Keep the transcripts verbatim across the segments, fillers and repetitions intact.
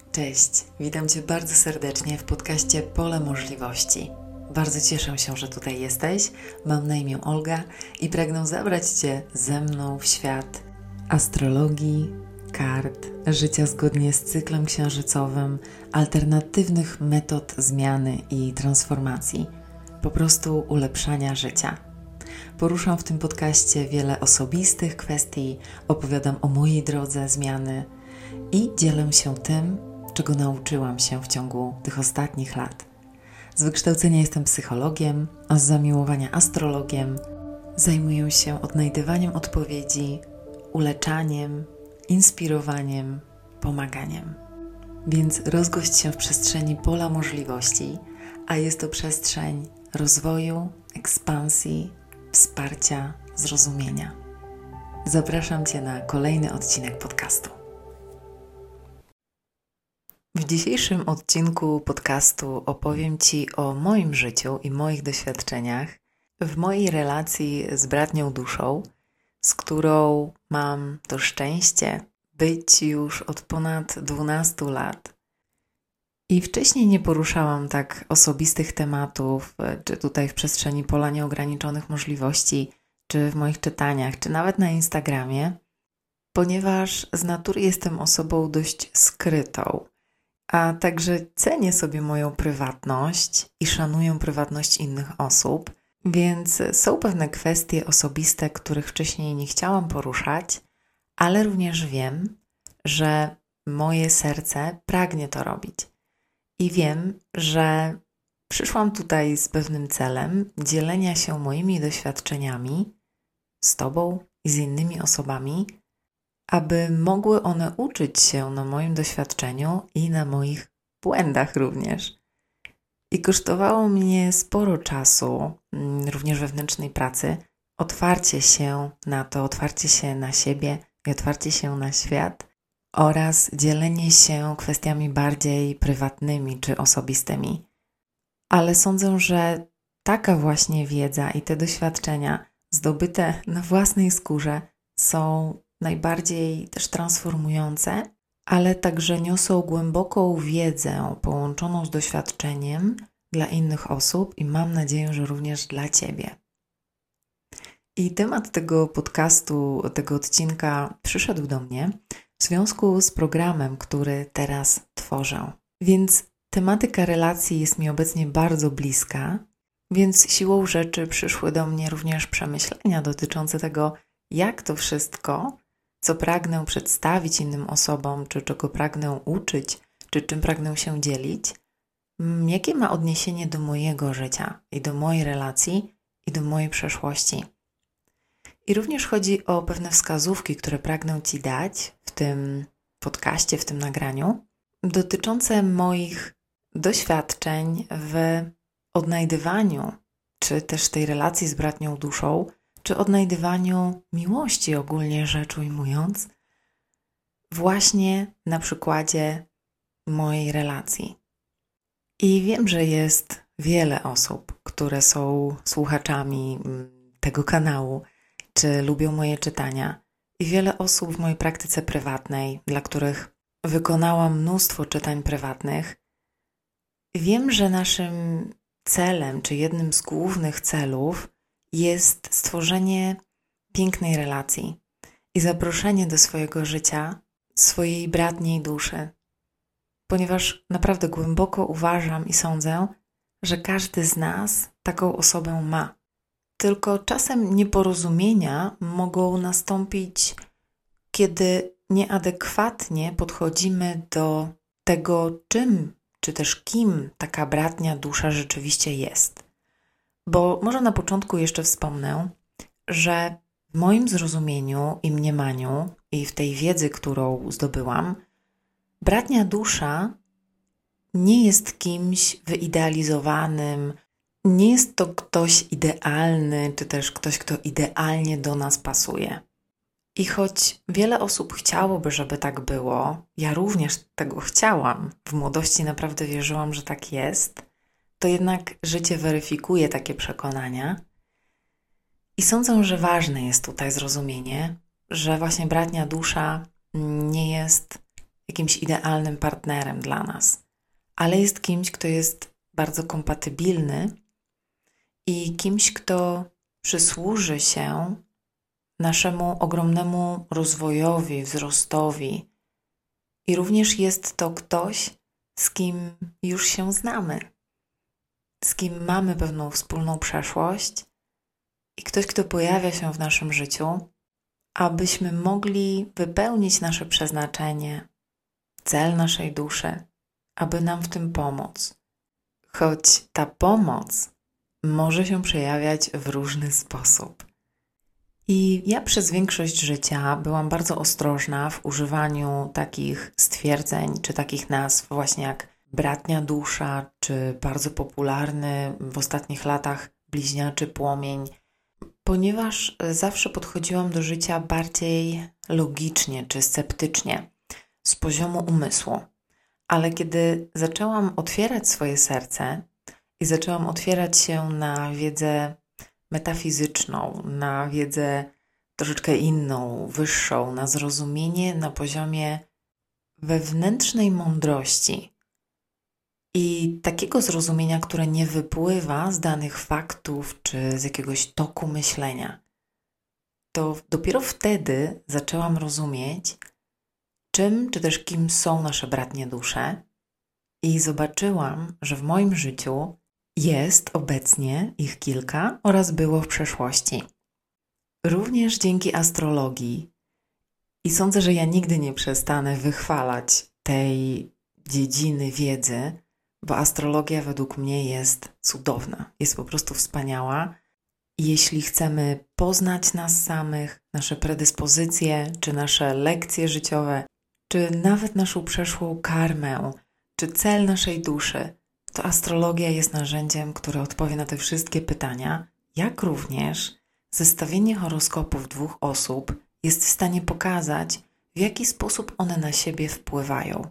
Cześć, witam Cię bardzo serdecznie w podcaście Pole Możliwości. Bardzo cieszę się, że tutaj jesteś. Mam na imię Olga i pragnę zabrać Cię ze mną w świat astrologii, kart, życia zgodnie z cyklem księżycowym, alternatywnych metod zmiany i transformacji, po prostu ulepszania życia. Poruszam w tym podcaście wiele osobistych kwestii, opowiadam o mojej drodze zmiany i dzielę się tym, czego nauczyłam się w ciągu tych ostatnich lat. Z wykształcenia jestem psychologiem, a z zamiłowania astrologiem. Zajmuję się odnajdywaniem odpowiedzi, uleczaniem, inspirowaniem, pomaganiem. Więc rozgość się w przestrzeni pola możliwości, a jest to przestrzeń rozwoju, ekspansji, wsparcia, zrozumienia. Zapraszam Cię na kolejny odcinek podcastu. W dzisiejszym odcinku podcastu opowiem Ci o moim życiu i moich doświadczeniach w mojej relacji z bratnią duszą, z którą mam to szczęście być już od ponad dwunastu lat. I wcześniej nie poruszałam tak osobistych tematów, czy tutaj w przestrzeni pola nieograniczonych możliwości, czy w moich czytaniach, czy nawet na Instagramie, ponieważ z natury jestem osobą dość skrytą, a także cenię sobie moją prywatność i szanuję prywatność innych osób, więc są pewne kwestie osobiste, których wcześniej nie chciałam poruszać, ale również wiem, że moje serce pragnie to robić. I wiem, że przyszłam tutaj z pewnym celem dzielenia się moimi doświadczeniami z Tobą i z innymi osobami, aby mogły one uczyć się na moim doświadczeniu i na moich błędach również. I kosztowało mnie sporo czasu, również wewnętrznej pracy, otwarcie się na to, otwarcie się na siebie i otwarcie się na świat oraz dzielenie się kwestiami bardziej prywatnymi czy osobistymi. Ale sądzę, że taka właśnie wiedza i te doświadczenia zdobyte na własnej skórze są najbardziej też transformujące, ale także niosą głęboką wiedzę połączoną z doświadczeniem dla innych osób i mam nadzieję, że również dla Ciebie. I temat tego podcastu, tego odcinka przyszedł do mnie w związku z programem, który teraz tworzę. Więc tematyka relacji jest mi obecnie bardzo bliska, więc siłą rzeczy przyszły do mnie również przemyślenia dotyczące tego, jak to wszystko, co pragnę przedstawić innym osobom, czy czego pragnę uczyć, czy czym pragnę się dzielić, jakie ma odniesienie do mojego życia i do mojej relacji i do mojej przeszłości. I również chodzi o pewne wskazówki, które pragnę Ci dać w tym podcaście, w tym nagraniu, dotyczące moich doświadczeń w odnajdywaniu, czy też tej relacji z bratnią duszą, czy odnajdywaniu miłości ogólnie rzecz ujmując, właśnie na przykładzie mojej relacji. I wiem, że jest wiele osób, które są słuchaczami tego kanału, czy lubią moje czytania i wiele osób w mojej praktyce prywatnej, dla których wykonałam mnóstwo czytań prywatnych. Wiem, że naszym celem, czy jednym z głównych celów jest stworzenie pięknej relacji i zaproszenie do swojego życia swojej bratniej duszy, ponieważ naprawdę głęboko uważam i sądzę, że każdy z nas taką osobę ma. Tylko czasem nieporozumienia mogą nastąpić, kiedy nieadekwatnie podchodzimy do tego, czym czy też kim taka bratnia dusza rzeczywiście jest. Bo może na początku jeszcze wspomnę, że w moim zrozumieniu i mniemaniu i w tej wiedzy, którą zdobyłam, bratnia dusza nie jest kimś wyidealizowanym, nie jest to ktoś idealny, czy też ktoś, kto idealnie do nas pasuje. I choć wiele osób chciałoby, żeby tak było, ja również tego chciałam, w młodości naprawdę wierzyłam, że tak jest, to jednak życie weryfikuje takie przekonania i sądzę, że ważne jest tutaj zrozumienie, że właśnie bratnia dusza nie jest jakimś idealnym partnerem dla nas, ale jest kimś, kto jest bardzo kompatybilny i kimś, kto przysłuży się naszemu ogromnemu rozwojowi, wzrostowi. I również jest to ktoś, z kim już się znamy, z kim mamy pewną wspólną przeszłość i ktoś, kto pojawia się w naszym życiu, abyśmy mogli wypełnić nasze przeznaczenie, cel naszej duszy, aby nam w tym pomóc. Choć ta pomoc może się przejawiać w różny sposób. I ja przez większość życia byłam bardzo ostrożna w używaniu takich stwierdzeń, czy takich nazw właśnie jak bratnia dusza, czy bardzo popularny w ostatnich latach bliźniaczy płomień, ponieważ zawsze podchodziłam do życia bardziej logicznie, czy sceptycznie, z poziomu umysłu. Ale kiedy zaczęłam otwierać swoje serce i zaczęłam otwierać się na wiedzę metafizyczną, na wiedzę troszeczkę inną, wyższą, na zrozumienie na poziomie wewnętrznej mądrości i takiego zrozumienia, które nie wypływa z danych faktów czy z jakiegoś toku myślenia, to dopiero wtedy zaczęłam rozumieć, czym czy też kim są nasze bratnie dusze i zobaczyłam, że w moim życiu jest obecnie ich kilka oraz było w przeszłości. Również dzięki astrologii i sądzę, że ja nigdy nie przestanę wychwalać tej dziedziny wiedzy, bo astrologia według mnie jest cudowna, jest po prostu wspaniała. I jeśli chcemy poznać nas samych, nasze predyspozycje, czy nasze lekcje życiowe, czy nawet naszą przeszłą karmę, czy cel naszej duszy, to astrologia jest narzędziem, które odpowie na te wszystkie pytania, jak również zestawienie horoskopów dwóch osób jest w stanie pokazać, w jaki sposób one na siebie wpływają.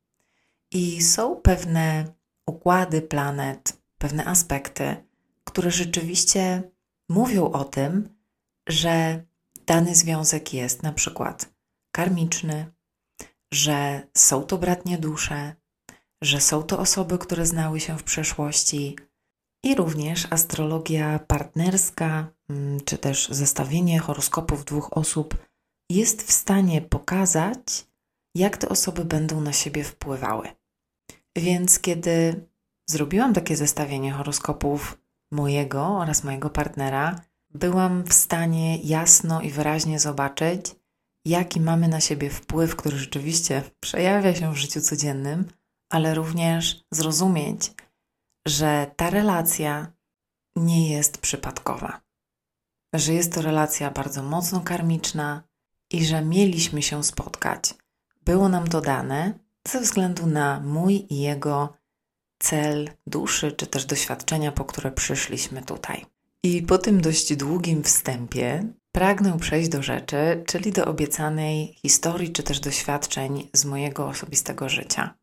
I są pewne układy planet, pewne aspekty, które rzeczywiście mówią o tym, że dany związek jest na przykład karmiczny, że są to bratnie dusze, że są to osoby, które znały się w przeszłości i również astrologia partnerska, czy też zestawienie horoskopów dwóch osób jest w stanie pokazać, jak te osoby będą na siebie wpływały. Więc kiedy zrobiłam takie zestawienie horoskopów mojego oraz mojego partnera, byłam w stanie jasno i wyraźnie zobaczyć, jaki mamy na siebie wpływ, który rzeczywiście przejawia się w życiu codziennym, ale również zrozumieć, że ta relacja nie jest przypadkowa, że jest to relacja bardzo mocno karmiczna i że mieliśmy się spotkać. Było nam to dane ze względu na mój i jego cel duszy, czy też doświadczenia, po które przyszliśmy tutaj. I po tym dość długim wstępie pragnę przejść do rzeczy, czyli do obiecanej historii, czy też doświadczeń z mojego osobistego życia.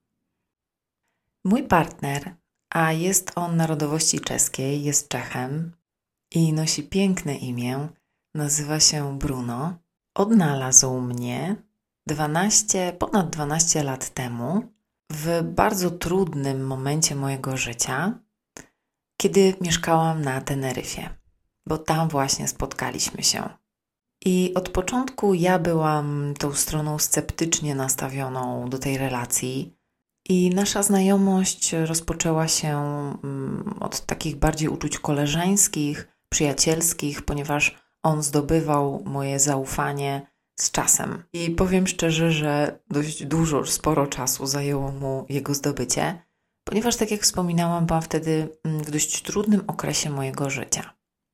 Mój partner, a jest on narodowości czeskiej, jest Czechem i nosi piękne imię, nazywa się Bruno, odnalazł mnie dwanaście, ponad dwanaście lat temu w bardzo trudnym momencie mojego życia, kiedy mieszkałam na Teneryfie, bo tam właśnie spotkaliśmy się. I od początku ja byłam tą stroną sceptycznie nastawioną do tej relacji i nasza znajomość rozpoczęła się od takich bardziej uczuć koleżeńskich, przyjacielskich, ponieważ on zdobywał moje zaufanie z czasem. I powiem szczerze, że dość dużo, sporo czasu zajęło mu jego zdobycie, ponieważ tak jak wspominałam, byłam wtedy w dość trudnym okresie mojego życia.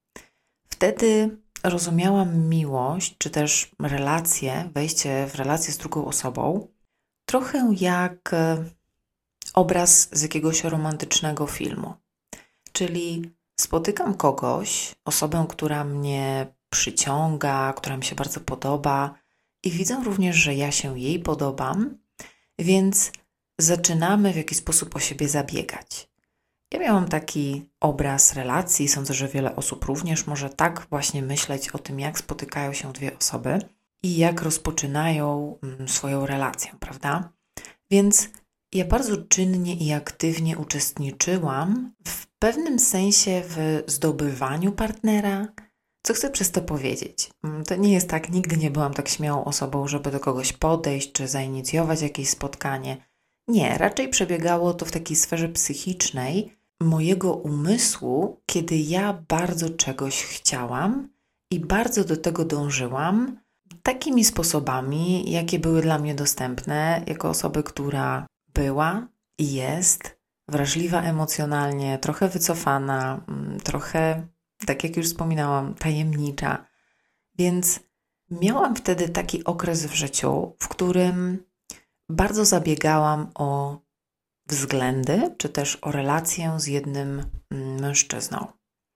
Wtedy rozumiałam miłość, czy też relacje, wejście w relację z drugą osobą, trochę jak obraz z jakiegoś romantycznego filmu. Czyli spotykam kogoś, osobę, która mnie przyciąga, która mi się bardzo podoba i widzę również, że ja się jej podobam, więc zaczynamy w jakiś sposób o siebie zabiegać. Ja miałam taki obraz relacji, sądzę, że wiele osób również może tak właśnie myśleć o tym, jak spotykają się dwie osoby i jak rozpoczynają swoją relację, prawda? Więc ja bardzo czynnie i aktywnie uczestniczyłam w pewnym sensie w zdobywaniu partnera. Co chcę przez to powiedzieć? To nie jest tak, nigdy nie byłam tak śmiałą osobą, żeby do kogoś podejść czy zainicjować jakieś spotkanie. Nie, raczej przebiegało to w takiej sferze psychicznej mojego umysłu, kiedy ja bardzo czegoś chciałam i bardzo do tego dążyłam, takimi sposobami, jakie były dla mnie dostępne, jako osoby, która była i jest wrażliwa emocjonalnie, trochę wycofana, trochę, tak jak już wspominałam, tajemnicza. Więc miałam wtedy taki okres w życiu, w którym bardzo zabiegałam o względy, czy też o relację z jednym mężczyzną.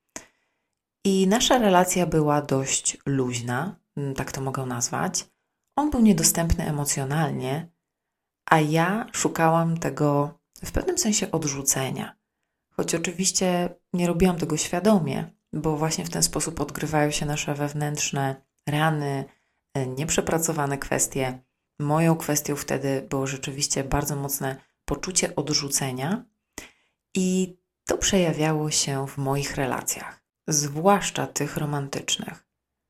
I nasza relacja była dość luźna, tak to mogę nazwać. On był niedostępny emocjonalnie, a ja szukałam tego w pewnym sensie odrzucenia. Choć oczywiście nie robiłam tego świadomie, bo właśnie w ten sposób odgrywają się nasze wewnętrzne rany, nieprzepracowane kwestie. Moją kwestią wtedy było rzeczywiście bardzo mocne poczucie odrzucenia i to przejawiało się w moich relacjach, zwłaszcza tych romantycznych.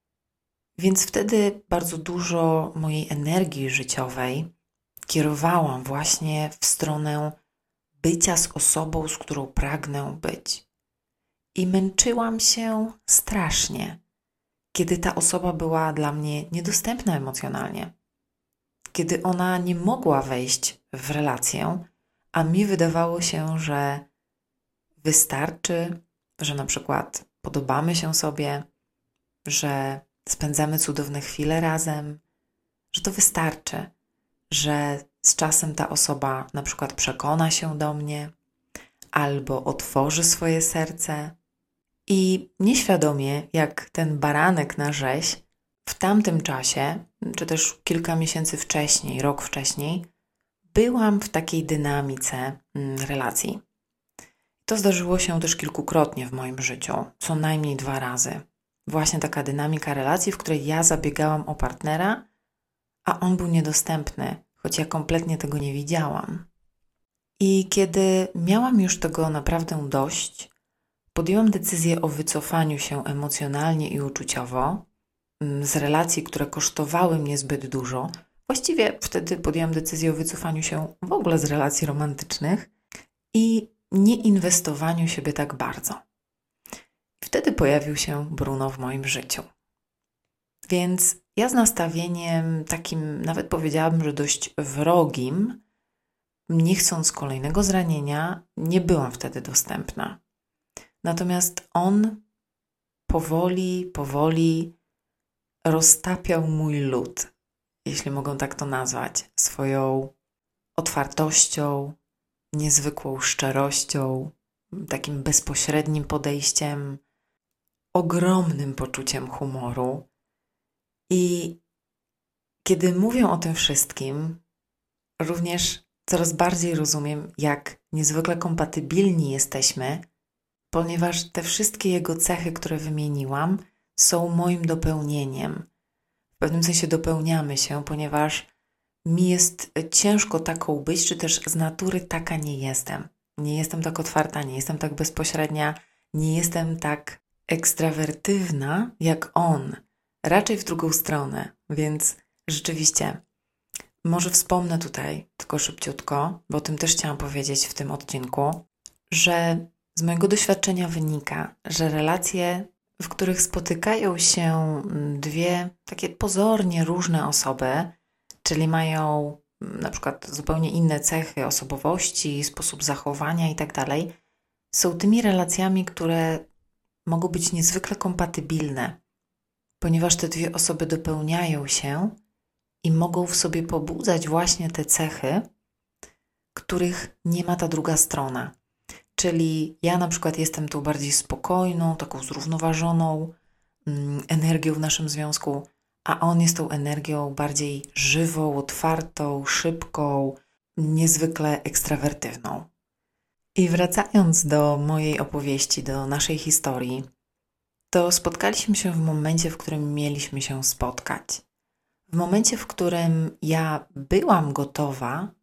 Więc wtedy bardzo dużo mojej energii życiowej kierowałam właśnie w stronę bycia z osobą, z którą pragnę być. I męczyłam się strasznie, kiedy ta osoba była dla mnie niedostępna emocjonalnie. Kiedy ona nie mogła wejść w relację, a mi wydawało się, że wystarczy, że na przykład podobamy się sobie, że spędzamy cudowne chwile razem, że to wystarczy, że z czasem ta osoba na przykład przekona się do mnie albo otworzy swoje serce. I nieświadomie, jak ten baranek na rzeź, w tamtym czasie, czy też kilka miesięcy wcześniej, rok wcześniej, byłam w takiej dynamice relacji. To zdarzyło się też kilkukrotnie w moim życiu, co najmniej dwa razy. Właśnie taka dynamika relacji, w której ja zabiegałam o partnera, a on był niedostępny, choć ja kompletnie tego nie widziałam. I kiedy miałam już tego naprawdę dość, podjęłam decyzję o wycofaniu się emocjonalnie i uczuciowo z relacji, które kosztowały mnie zbyt dużo. Właściwie wtedy podjęłam decyzję o wycofaniu się w ogóle z relacji romantycznych i nie inwestowaniu siebie tak bardzo. Wtedy pojawił się Bruno w moim życiu. Więc ja z nastawieniem takim, nawet powiedziałabym, że dość wrogim, nie chcąc kolejnego zranienia, nie byłam wtedy dostępna. Natomiast on powoli, powoli roztapiał mój lód, jeśli mogę tak to nazwać, swoją otwartością, niezwykłą szczerością, takim bezpośrednim podejściem, ogromnym poczuciem humoru. I kiedy mówię o tym wszystkim, również coraz bardziej rozumiem, jak niezwykle kompatybilni jesteśmy, ponieważ te wszystkie jego cechy, które wymieniłam, są moim dopełnieniem. W pewnym sensie dopełniamy się, ponieważ mi jest ciężko taką być, czy też z natury taka nie jestem. Nie jestem tak otwarta, nie jestem tak bezpośrednia, nie jestem tak ekstrawertywna jak on. Raczej w drugą stronę, więc rzeczywiście może wspomnę tutaj tylko szybciutko, bo o tym też chciałam powiedzieć w tym odcinku, że z mojego doświadczenia wynika, że relacje, w których spotykają się dwie takie pozornie różne osoby, czyli mają na przykład zupełnie inne cechy osobowości, sposób zachowania itd., są tymi relacjami, które mogą być niezwykle kompatybilne, ponieważ te dwie osoby dopełniają się i mogą w sobie pobudzać właśnie te cechy, których nie ma ta druga strona. Czyli ja na przykład jestem tą bardziej spokojną, taką zrównoważoną mm, energią w naszym związku, a on jest tą energią bardziej żywą, otwartą, szybką, niezwykle ekstrawertywną. I wracając do mojej opowieści, do naszej historii, to spotkaliśmy się w momencie, w którym mieliśmy się spotkać. W momencie, w którym ja byłam gotowa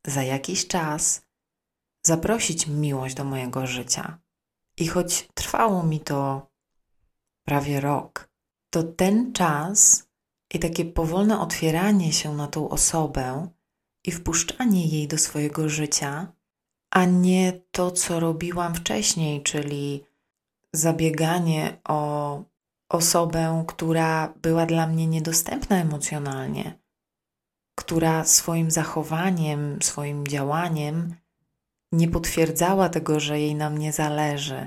za jakiś czas zaprosić miłość do mojego życia. I choć trwało mi to prawie rok, to ten czas i takie powolne otwieranie się na tą osobę i wpuszczanie jej do swojego życia, a nie to, co robiłam wcześniej, czyli zabieganie o osobę, która była dla mnie niedostępna emocjonalnie, która swoim zachowaniem, swoim działaniem nie potwierdzała tego, że jej na mnie zależy.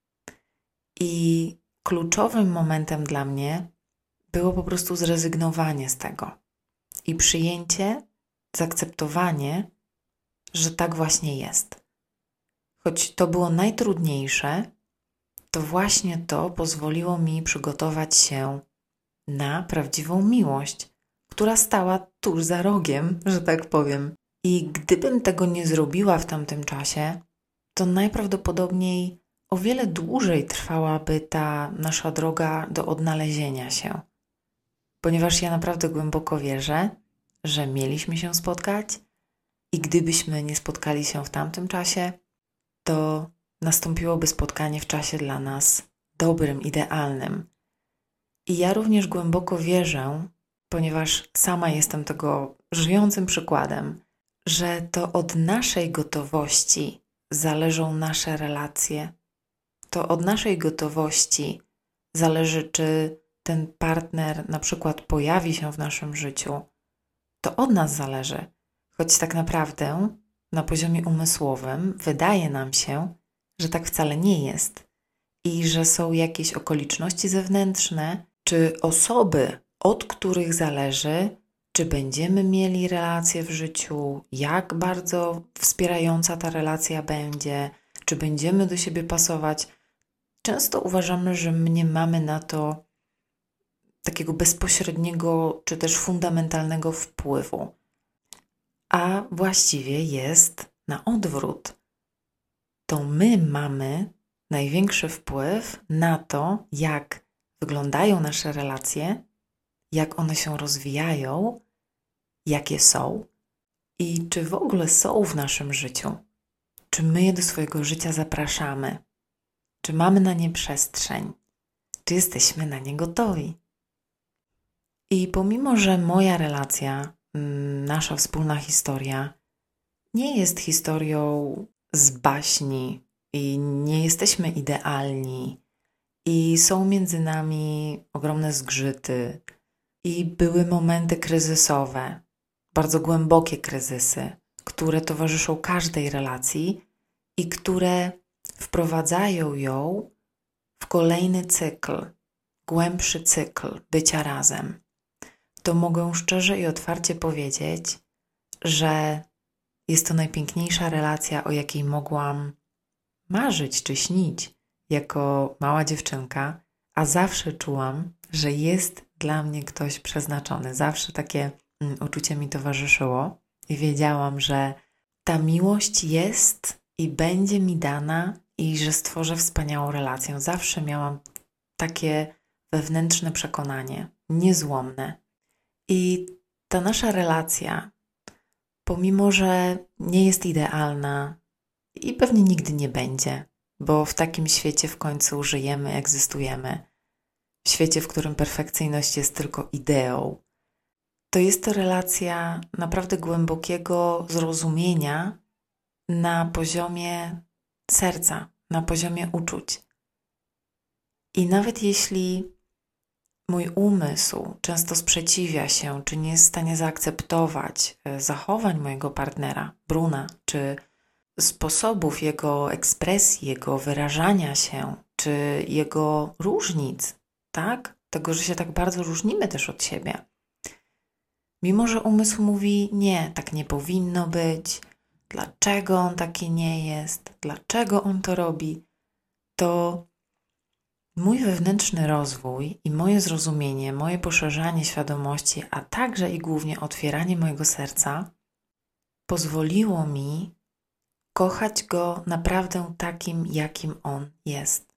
I kluczowym momentem dla mnie było po prostu zrezygnowanie z tego i przyjęcie, zaakceptowanie, że tak właśnie jest. Choć to było najtrudniejsze, to właśnie to pozwoliło mi przygotować się na prawdziwą miłość, która stała tuż za rogiem, że tak powiem. I gdybym tego nie zrobiła w tamtym czasie, to najprawdopodobniej o wiele dłużej trwałaby ta nasza droga do odnalezienia się. Ponieważ ja naprawdę głęboko wierzę, że mieliśmy się spotkać i gdybyśmy nie spotkali się w tamtym czasie, to nastąpiłoby spotkanie w czasie dla nas dobrym, idealnym. I ja również głęboko wierzę, ponieważ sama jestem tego żyjącym przykładem, że to od naszej gotowości zależą nasze relacje. To od naszej gotowości zależy, czy ten partner na przykład pojawi się w naszym życiu. To od nas zależy, choć tak naprawdę na poziomie umysłowym wydaje nam się, że tak wcale nie jest i że są jakieś okoliczności zewnętrzne, czy osoby, od których zależy, czy będziemy mieli relację w życiu, jak bardzo wspierająca ta relacja będzie, czy będziemy do siebie pasować. Często uważamy, że my nie mamy na to takiego bezpośredniego, czy też fundamentalnego wpływu. A właściwie jest na odwrót. To my mamy największy wpływ na to, jak wyglądają nasze relacje, jak one się rozwijają, jakie są i czy w ogóle są w naszym życiu. Czy my je do swojego życia zapraszamy? Czy mamy na nie przestrzeń? Czy jesteśmy na nie gotowi? I pomimo, że moja relacja, nasza wspólna historia nie jest historią z baśni i nie jesteśmy idealni i są między nami ogromne zgrzyty i były momenty kryzysowe, bardzo głębokie kryzysy, które towarzyszą każdej relacji i które wprowadzają ją w kolejny cykl, głębszy cykl bycia razem. To mogę szczerze i otwarcie powiedzieć, że jest to najpiękniejsza relacja, o jakiej mogłam marzyć czy śnić jako mała dziewczynka, a zawsze czułam, że jest dla mnie ktoś przeznaczony. Zawsze takie mm, uczucie mi towarzyszyło i wiedziałam, że ta miłość jest i będzie mi dana i że stworzę wspaniałą relację. Zawsze miałam takie wewnętrzne przekonanie, niezłomne. I ta nasza relacja, pomimo że nie jest idealna i pewnie nigdy nie będzie, bo w takim świecie w końcu żyjemy, egzystujemy, w świecie, w którym perfekcyjność jest tylko ideą, to jest to relacja naprawdę głębokiego zrozumienia na poziomie serca, na poziomie uczuć. I nawet jeśli mój umysł często sprzeciwia się, czy nie jest w stanie zaakceptować zachowań mojego partnera, Bruna, czy sposobów jego ekspresji, jego wyrażania się, czy jego różnic, tak? Tego, że się tak bardzo różnimy też od siebie. Mimo że umysł mówi, nie, tak nie powinno być, dlaczego on taki nie jest, dlaczego on to robi, to mój wewnętrzny rozwój i moje zrozumienie, moje poszerzanie świadomości, a także i głównie otwieranie mojego serca pozwoliło mi kochać go naprawdę takim, jakim on jest.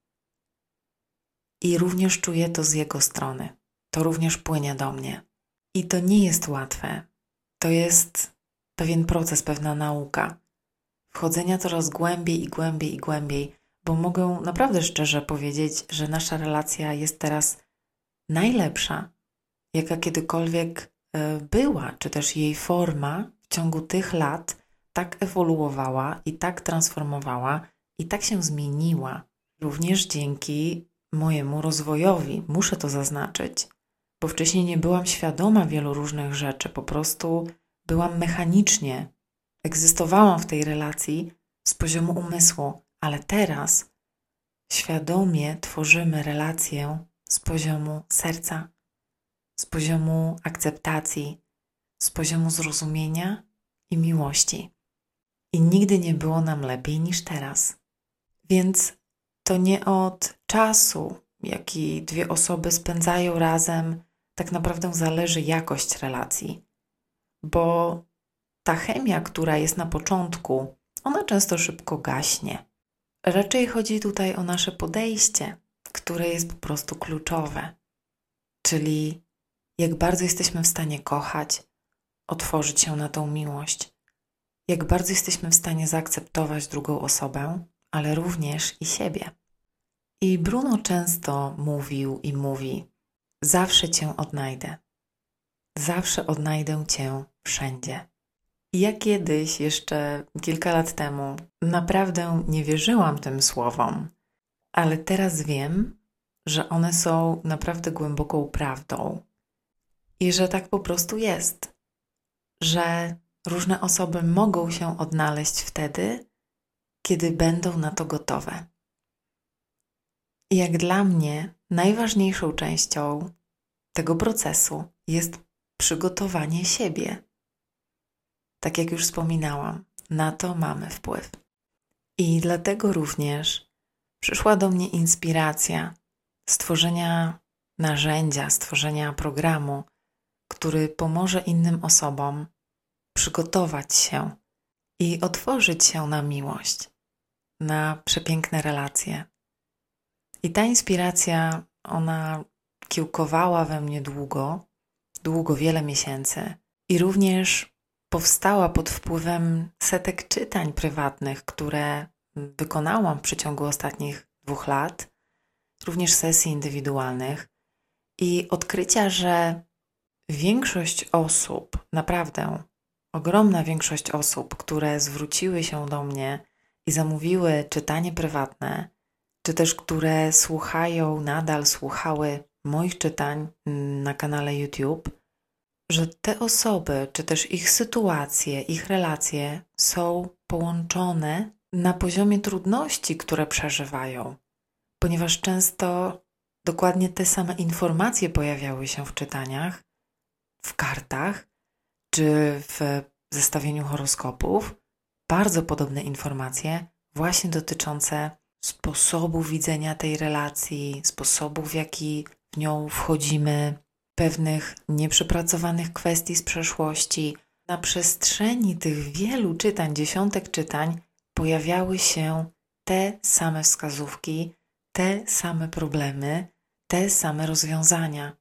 I również czuję to z jego strony. To również płynie do mnie. I to nie jest łatwe. To jest pewien proces, pewna nauka. Wchodzenia coraz głębiej i głębiej i głębiej, bo mogę naprawdę szczerze powiedzieć, że nasza relacja jest teraz najlepsza, jaka kiedykolwiek była, czy też jej forma w ciągu tych lat tak ewoluowała i tak transformowała i tak się zmieniła. Również dzięki mojemu rozwojowi, muszę to zaznaczyć, bo wcześniej nie byłam świadoma wielu różnych rzeczy, po prostu byłam mechanicznie, egzystowałam w tej relacji z poziomu umysłu, ale teraz świadomie tworzymy relację z poziomu serca, z poziomu akceptacji, z poziomu zrozumienia i miłości. I nigdy nie było nam lepiej niż teraz. Więc to nie od czasu, jaki dwie osoby spędzają razem, tak naprawdę zależy jakość relacji. Bo ta chemia, która jest na początku, ona często szybko gaśnie. Raczej chodzi tutaj o nasze podejście, które jest po prostu kluczowe. Czyli jak bardzo jesteśmy w stanie kochać, otworzyć się na tą miłość. Jak bardzo jesteśmy w stanie zaakceptować drugą osobę, ale również i siebie. I Bruno często mówił i mówi: zawsze Cię odnajdę. Zawsze odnajdę Cię wszędzie. I ja kiedyś, jeszcze kilka lat temu, naprawdę nie wierzyłam tym słowom, ale teraz wiem, że one są naprawdę głęboką prawdą. I że tak po prostu jest. Że różne osoby mogą się odnaleźć wtedy, kiedy będą na to gotowe. I jak dla mnie najważniejszą częścią tego procesu jest przygotowanie siebie. Tak jak już wspominałam, na to mamy wpływ. I dlatego również przyszła do mnie inspiracja stworzenia narzędzia, stworzenia programu, który pomoże innym osobom przygotować się i otworzyć się na miłość, na przepiękne relacje. I ta inspiracja, ona kiełkowała we mnie długo, długo, wiele miesięcy i również powstała pod wpływem setek czytań prywatnych, które wykonałam w przeciągu ostatnich dwóch lat, również sesji indywidualnych i odkrycia, że większość osób, naprawdę ogromna większość osób, które zwróciły się do mnie i zamówiły czytanie prywatne, czy też które słuchają, nadal słuchały moich czytań na kanale YouTube, że te osoby, czy też ich sytuacje, ich relacje są połączone na poziomie trudności, które przeżywają, ponieważ często dokładnie te same informacje pojawiały się w czytaniach, w kartach, czy w zestawieniu horoskopów, bardzo podobne informacje właśnie dotyczące sposobu widzenia tej relacji, sposobu, w jaki w nią wchodzimy, pewnych nieprzepracowanych kwestii z przeszłości. Na przestrzeni tych wielu czytań, dziesiątek czytań, pojawiały się te same wskazówki, te same problemy, te same rozwiązania.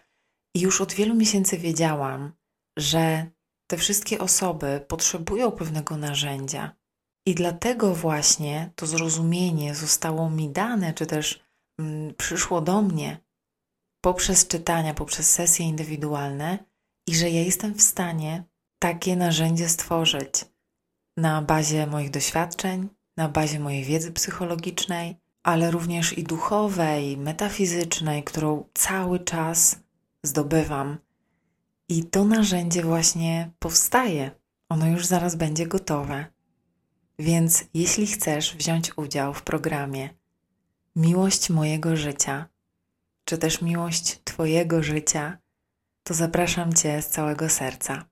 I już od wielu miesięcy wiedziałam, że te wszystkie osoby potrzebują pewnego narzędzia. I dlatego właśnie to zrozumienie zostało mi dane, czy też mm, przyszło do mnie poprzez czytania, poprzez sesje indywidualne i że ja jestem w stanie takie narzędzie stworzyć na bazie moich doświadczeń, na bazie mojej wiedzy psychologicznej, ale również i duchowej, metafizycznej, którą cały czas zdobywam. I to narzędzie właśnie powstaje. Ono już zaraz będzie gotowe. Więc jeśli chcesz wziąć udział w programie Miłość mojego życia, czy też miłość Twojego życia, to zapraszam Cię z całego serca.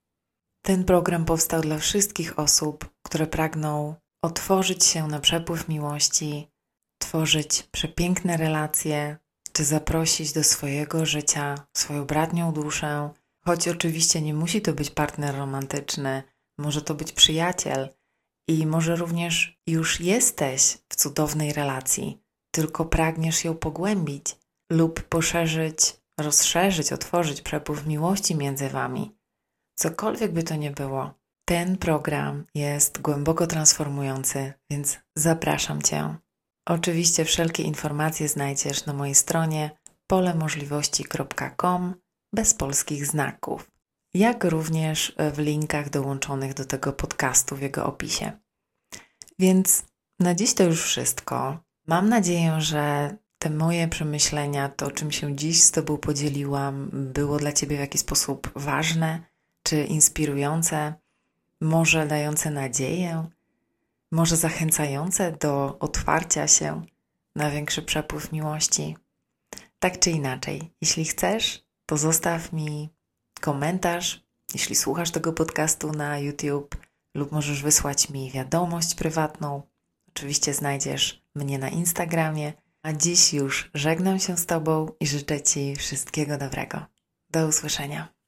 Ten program powstał dla wszystkich osób, które pragną otworzyć się na przepływ miłości, tworzyć przepiękne relacje, czy zaprosić do swojego życia swoją bratnią duszę, choć oczywiście nie musi to być partner romantyczny, może to być przyjaciel i może również już jesteś w cudownej relacji, tylko pragniesz ją pogłębić lub poszerzyć, rozszerzyć, otworzyć przepływ miłości między Wami. Cokolwiek by to nie było, Ten program jest głęboko transformujący, więc zapraszam Cię. Oczywiście wszelkie informacje znajdziesz na mojej stronie polemożliwości kropka com bez polskich znaków, jak również w linkach dołączonych do tego podcastu w jego opisie. Więc na dziś to już wszystko. Mam nadzieję, że te moje przemyślenia, to czym się dziś z Tobą podzieliłam, było dla Ciebie w jakiś sposób ważne czy inspirujące, może dające nadzieję, może zachęcające do otwarcia się na większy przepływ miłości. Tak czy inaczej, jeśli chcesz, to zostaw mi komentarz, jeśli słuchasz tego podcastu na YouTube, lub możesz wysłać mi wiadomość prywatną. Oczywiście znajdziesz mnie na Instagramie. A dziś już żegnam się z Tobą i życzę Ci wszystkiego dobrego. Do usłyszenia.